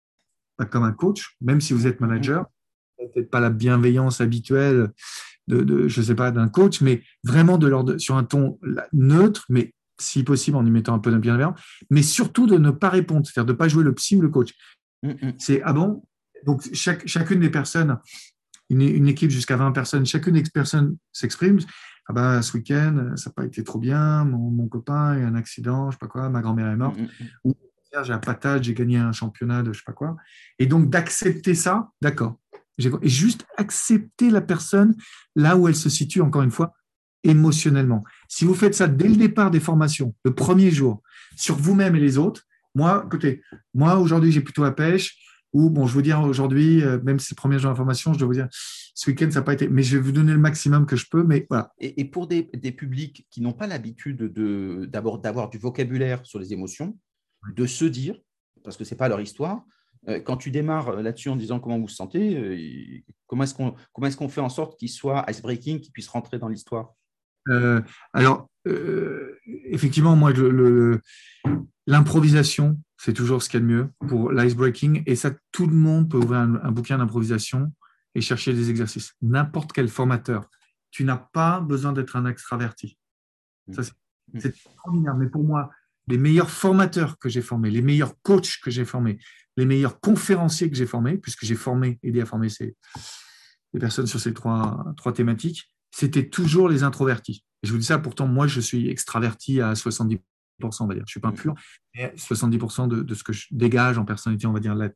pas comme un coach, même si vous êtes manager, peut-être pas la bienveillance habituelle de, de je sais pas, d'un coach, mais vraiment de leur de, sur un ton neutre, mais si possible en y mettant un peu de bienveillance, mais surtout de ne pas répondre, c'est-à-dire de ne pas jouer le psy ou le coach. Mm-hmm. C'est ah bon. Donc chaque, chacune des personnes, une, une équipe jusqu'à vingt personnes, chacune des personnes s'exprime. Ah bah, ce week-end, ça n'a pas été trop bien, mon, mon copain a eu un accident, je sais pas quoi, ma grand-mère est morte, mm-hmm. ou j'ai un patate, j'ai gagné un championnat de je sais pas quoi. Et donc d'accepter ça, d'accord. Et juste accepter la personne là où elle se situe, encore une fois, émotionnellement. Si vous faites ça dès le départ des formations, le premier jour, sur vous-même et les autres, moi, écoutez, moi aujourd'hui j'ai plutôt la pêche, ou bon, je veux dire aujourd'hui, euh, même si c'est le premier jour d'information, je dois vous dire, ce week-end ça n'a pas été, mais je vais vous donner le maximum que je peux, mais voilà. Et, et pour des, des publics qui n'ont pas l'habitude de, d'abord d'avoir du vocabulaire sur les émotions, de se dire, parce que ce n'est pas leur histoire, euh, quand tu démarres là-dessus en disant comment vous vous sentez, euh, comment est-ce qu'on, comment est-ce qu'on fait en sorte qu'ils soient ice-breaking, qu'ils puissent rentrer dans l'histoire? Euh, alors, euh, effectivement, moi, le, le, l'improvisation, c'est toujours ce qu'il y a de mieux pour l'ice-breaking. Et ça, tout le monde peut ouvrir un, un bouquin d'improvisation et chercher des exercices. N'importe quel formateur. Tu n'as pas besoin d'être un extraverti. Ça, c'est, c'est extraordinaire. Mais pour moi, les meilleurs formateurs que j'ai formés, les meilleurs coachs que j'ai formés, les meilleurs conférenciers que j'ai formés, puisque j'ai formé, aidé à former ces, les personnes sur ces trois, trois thématiques, c'était toujours les introvertis. Et je vous dis ça, pourtant, moi, je suis extraverti à soixante-dix pour cent, on va dire. Je ne suis pas pur, mais soixante-dix pour cent de, de ce que je dégage en personnalité, on va dire. Là.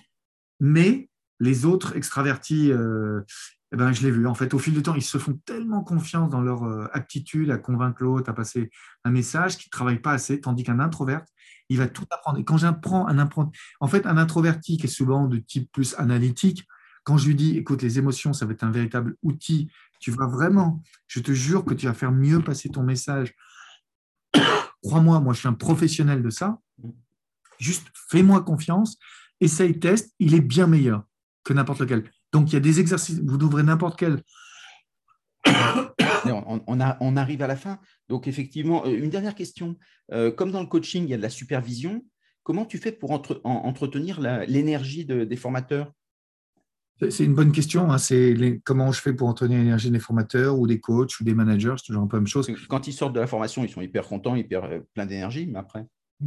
Mais les autres extravertis, euh, eh ben, je l'ai vu. En fait, au fil du temps, ils se font tellement confiance dans leur euh, aptitude à convaincre l'autre, à passer un message, qu'ils ne travaillent pas assez, tandis qu'un introverte, il va tout apprendre. Et quand j'apprends un apprendre, en fait, un introverti qui est souvent de type plus analytique, quand je lui dis, écoute, les émotions, ça va être un véritable outil, tu vas vraiment, je te jure que tu vas faire mieux passer ton message. Crois-moi, moi, je suis un professionnel de ça. Juste fais-moi confiance, essaye, teste, il est bien meilleur que n'importe lequel. Donc, il y a des exercices, vous ouvrez n'importe quel. On, on, a, on arrive à la fin. Donc, effectivement, une dernière question. Euh, comme dans le coaching, il y a de la supervision. Comment tu fais pour entre, en, entretenir la, l'énergie de, des formateurs? C'est une bonne question. Hein. C'est les, comment je fais pour entretenir l'énergie des formateurs ou des coachs ou des managers, c'est toujours un peu la même chose. Quand ils sortent de la formation, ils sont hyper contents, hyper euh, pleins d'énergie, mais après…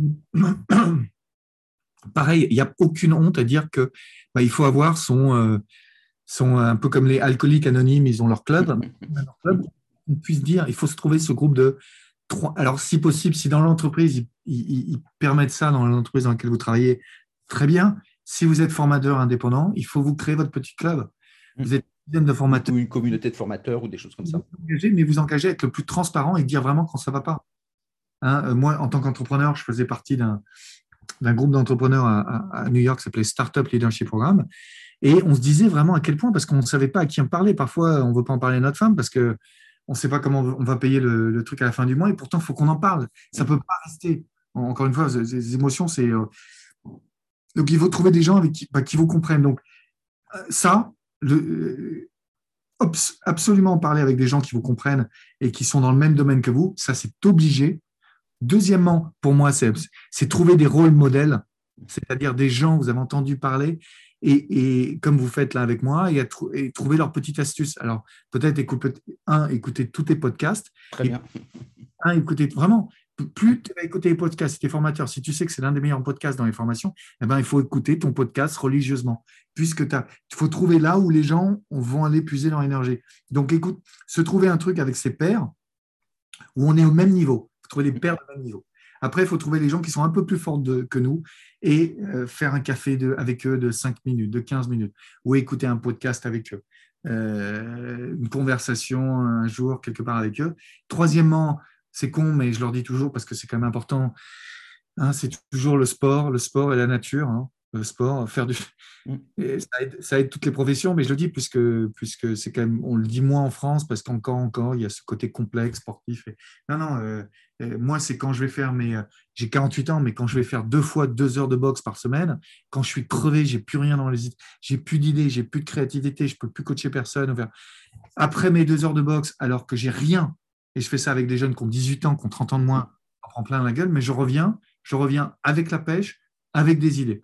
Pareil, il n'y a aucune honte à dire que bah, il faut avoir son, euh, son… Un peu comme les alcooliques anonymes, ils ont leur club. leur club on puisse dire, il faut se trouver ce groupe de trois… Alors, si possible, si dans l'entreprise, ils, ils, ils permettent ça dans l'entreprise dans laquelle vous travaillez, très bien. Si vous êtes formateur indépendant, il faut vous créer votre petit club. Vous êtes une dizaine de formateurs. Ou une communauté de formateurs ou des choses comme ça. Vous engagez, mais vous engagez à être le plus transparent et dire vraiment quand ça ne va pas. Hein, moi, en tant qu'entrepreneur, je faisais partie d'un, d'un groupe d'entrepreneurs à, à, à New York qui s'appelait Startup Leadership Program. Et on se disait vraiment à quel point, parce qu'on ne savait pas à qui en parler. Parfois, on ne veut pas en parler à notre femme parce qu'on ne sait pas comment on va payer le, le truc à la fin du mois. Et pourtant, il faut qu'on en parle. Ça ne peut pas rester. Encore une fois, les émotions, c'est… Donc, il faut trouver des gens avec qui, bah, qui vous comprennent. Donc, ça, le, absolument parler avec des gens qui vous comprennent et qui sont dans le même domaine que vous, ça, c'est obligé. Deuxièmement, pour moi, c'est, c'est trouver des rôles modèles c'est-à-dire des gens que vous avez entendu parler et, et comme vous faites là avec moi, et, à trou- et trouver leurs petites astuces. Alors, peut-être écoute, un, écouter tous tes podcasts, Très et bien. un, écouter vraiment. Plus tu vas écouter les podcasts, si tu es formateur, si tu sais que c'est l'un des meilleurs podcasts dans les formations, eh ben, il faut écouter ton podcast religieusement, puisque il faut trouver là où les gens vont aller puiser leur énergie. Donc, écoute, se trouver un truc avec ses pairs, où on est au même niveau. Il faut trouver les pairs de même niveau. Après, il faut trouver les gens qui sont un peu plus forts de, que nous et euh, faire un café de, avec eux de cinq minutes, de quinze minutes, ou écouter un podcast avec eux, euh, une conversation un jour quelque part avec eux. Troisièmement, c'est con, mais je leur dis toujours parce que c'est quand même important, hein, c'est toujours le sport, le sport et la nature. Hein, le sport, faire du, Mm. et ça aide, ça aide toutes les professions, mais je le dis puisque, puisque c'est quand même, on le dit moins en France parce qu'encore, encore, il y a ce côté complexe, sportif. Et, non, non, euh, euh, moi, c'est quand je vais faire mes. euh, J'ai quarante-huit ans, mais quand je vais faire deux fois deux heures de boxe par semaine, quand je suis crevé, j'ai plus rien dans les idées, j'ai plus d'idées, j'ai plus de créativité, je peux plus coacher personne. Après mes deux heures de boxe, alors que j'ai rien, et je fais ça avec des jeunes qui ont dix-huit ans, qui ont trente ans de moins, on prend plein la gueule, mais je reviens, je reviens avec la pêche, avec des idées.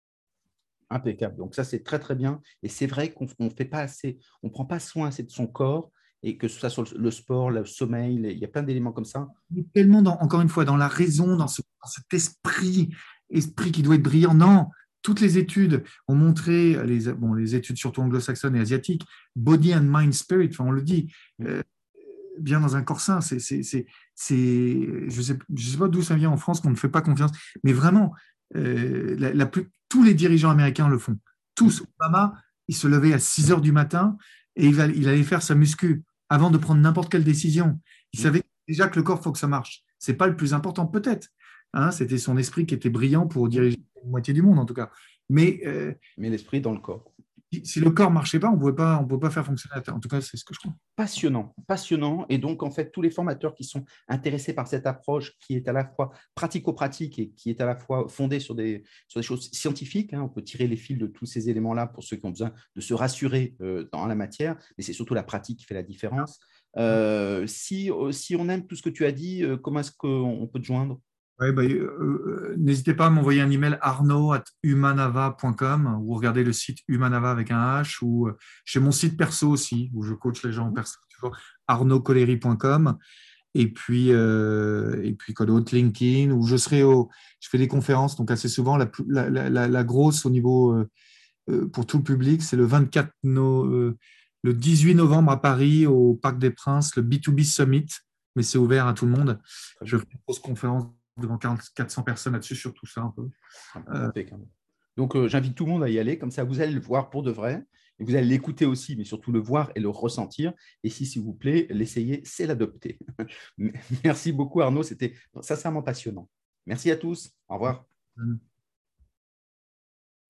Impeccable. Donc ça, c'est très, très bien. Et c'est vrai qu'on ne fait pas assez, on ne prend pas soin assez de son corps et que ce soit sur le, le sport, le sommeil, les- il y a plein d'éléments comme ça. Tellement, dans, encore une fois, dans la raison, dans, ce, dans cet esprit, esprit qui doit être brillant. Non, toutes les études ont montré, les, bon, les études surtout anglo-saxonnes et asiatiques, body and mind spirit, enfin, on le dit, euh, bien dans un corps sain. C'est, c'est, c'est, c'est, je ne sais, je sais pas d'où ça vient en France qu'on ne fait pas confiance, mais vraiment, euh, la, la plus, tous les dirigeants américains le font. Tous. Obama, il se levait à six heures du matin et il, va, il allait faire sa muscu avant de prendre n'importe quelle décision. Il savait déjà que le corps, il faut que ça marche. C'est pas le plus important, peut-être. Hein, c'était son esprit qui était brillant pour diriger la moitié du monde, en tout cas. Mais euh, Mais l'esprit dans le corps. si si le corps marchait pas, on pouvait pas, on pouvait pas faire fonctionner la Terre. En tout cas, c'est ce que je crois. Passionnant, passionnant. Et donc, en fait, tous les formateurs qui sont intéressés par cette approche qui est à la fois pratico-pratique et qui est à la fois fondée sur des, sur des choses scientifiques, hein, on peut tirer les fils de tous ces éléments-là pour ceux qui ont besoin de se rassurer euh, dans la matière, mais c'est surtout la pratique qui fait la différence. Euh, si, euh, si on aime tout ce que tu as dit, euh, comment est-ce qu'on peut te joindre? Ouais, bah, euh, euh, n'hésitez pas à m'envoyer un email arnaud at humanava point com ou regardez le site Humanava avec un H ou euh, j'ai mon site perso aussi où je coach les gens en perso, toujours arnaud collery point com et puis euh, et puis quoi d'autre, LinkedIn où je serai au, je fais des conférences donc assez souvent la, plus- la, la, la- la grosse au niveau euh, euh, pour tout le public c'est le vingt-quatre no- euh, le dix-huit novembre à Paris au Parc des Princes le B deux B Summit mais c'est ouvert à tout le monde. Très Je bien. fais une grosse conférence devant quarante quatre cents personnes là-dessus sur tout ça un peu. Euh, Impeccable. Donc, euh, j'invite tout le monde à y aller, comme ça, vous allez le voir pour de vrai, et vous allez l'écouter aussi, mais surtout le voir et le ressentir. Et si, s'il vous plaît, l'essayer, c'est l'adopter. Merci beaucoup, Arnaud, c'était sincèrement passionnant. Merci à tous. Au revoir.